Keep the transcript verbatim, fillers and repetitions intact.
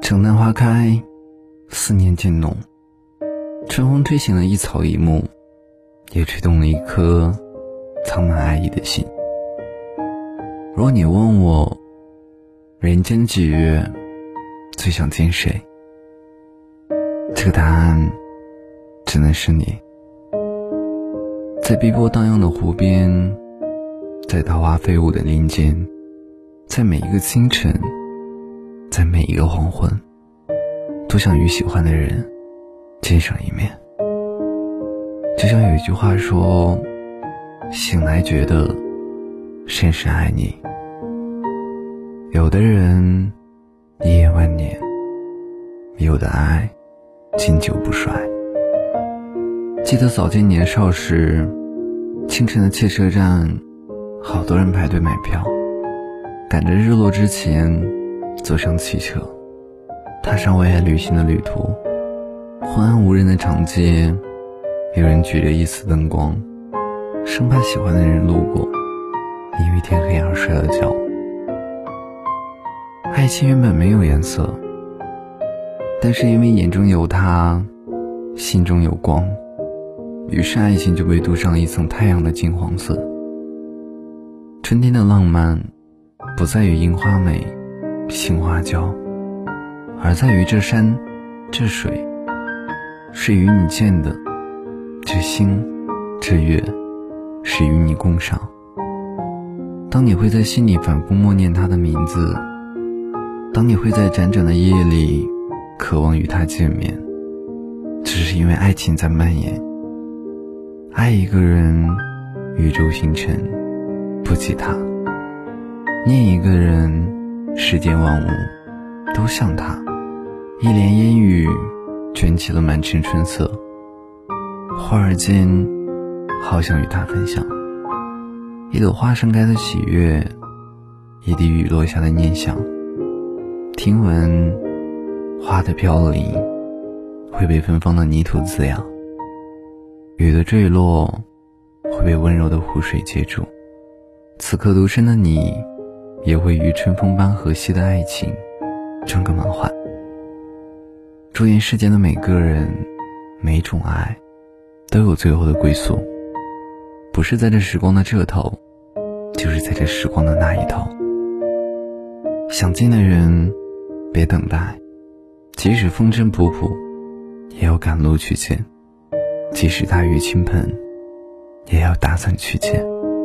城南花开，思念渐浓，春风吹醒了一草一木，也吹动了一颗藏满爱意的心。若你问我人间几月最想见谁，这个答案只能是你。在碧波荡漾的湖边，在桃花飞舞的林间，在每一个清晨，在每一个黄昏，都想与喜欢的人见上一面。就像有一句话说，醒来觉得深深爱你。有的人一夜万年，有的爱经久不衰。记得早间年少时，清晨的汽车站，好多人排队买票，赶着日落之前坐上汽车，踏上为爱旅行的旅途。昏暗无人的长街，有人举着一丝灯光，生怕喜欢的人路过，因为天黑而睡了觉。爱情原本没有颜色，但是因为眼中有他，心中有光，于是爱情就被镀上了一层太阳的金黄色。春天的浪漫不在于樱花美，杏花娇，而在于这山这水是与你见的，这星这月是与你共赏。当你会在心里反复默念他的名字，当你会在辗转的夜里渴望与他见面，只是因为爱情在蔓延。爱一个人，宇宙星辰不及他；念一个人，世间万物都像他。一帘烟雨卷起了满城春色，忽而间好想与他分享。一朵花盛开的喜悦，一滴雨落下的念想。听闻花的飘零会被芬芳的泥土滋养，雨的坠落会被温柔的湖水接住。此刻独身的你，也会与春风般和煦的爱情争个满怀。祝愿世间的每个人，每种爱都有最后的归宿，不是在这时光的这头，就是在这时光的那一头。想见的人别等待，即使风尘仆仆也要赶路去见，即使大雨倾盆也要打伞去见。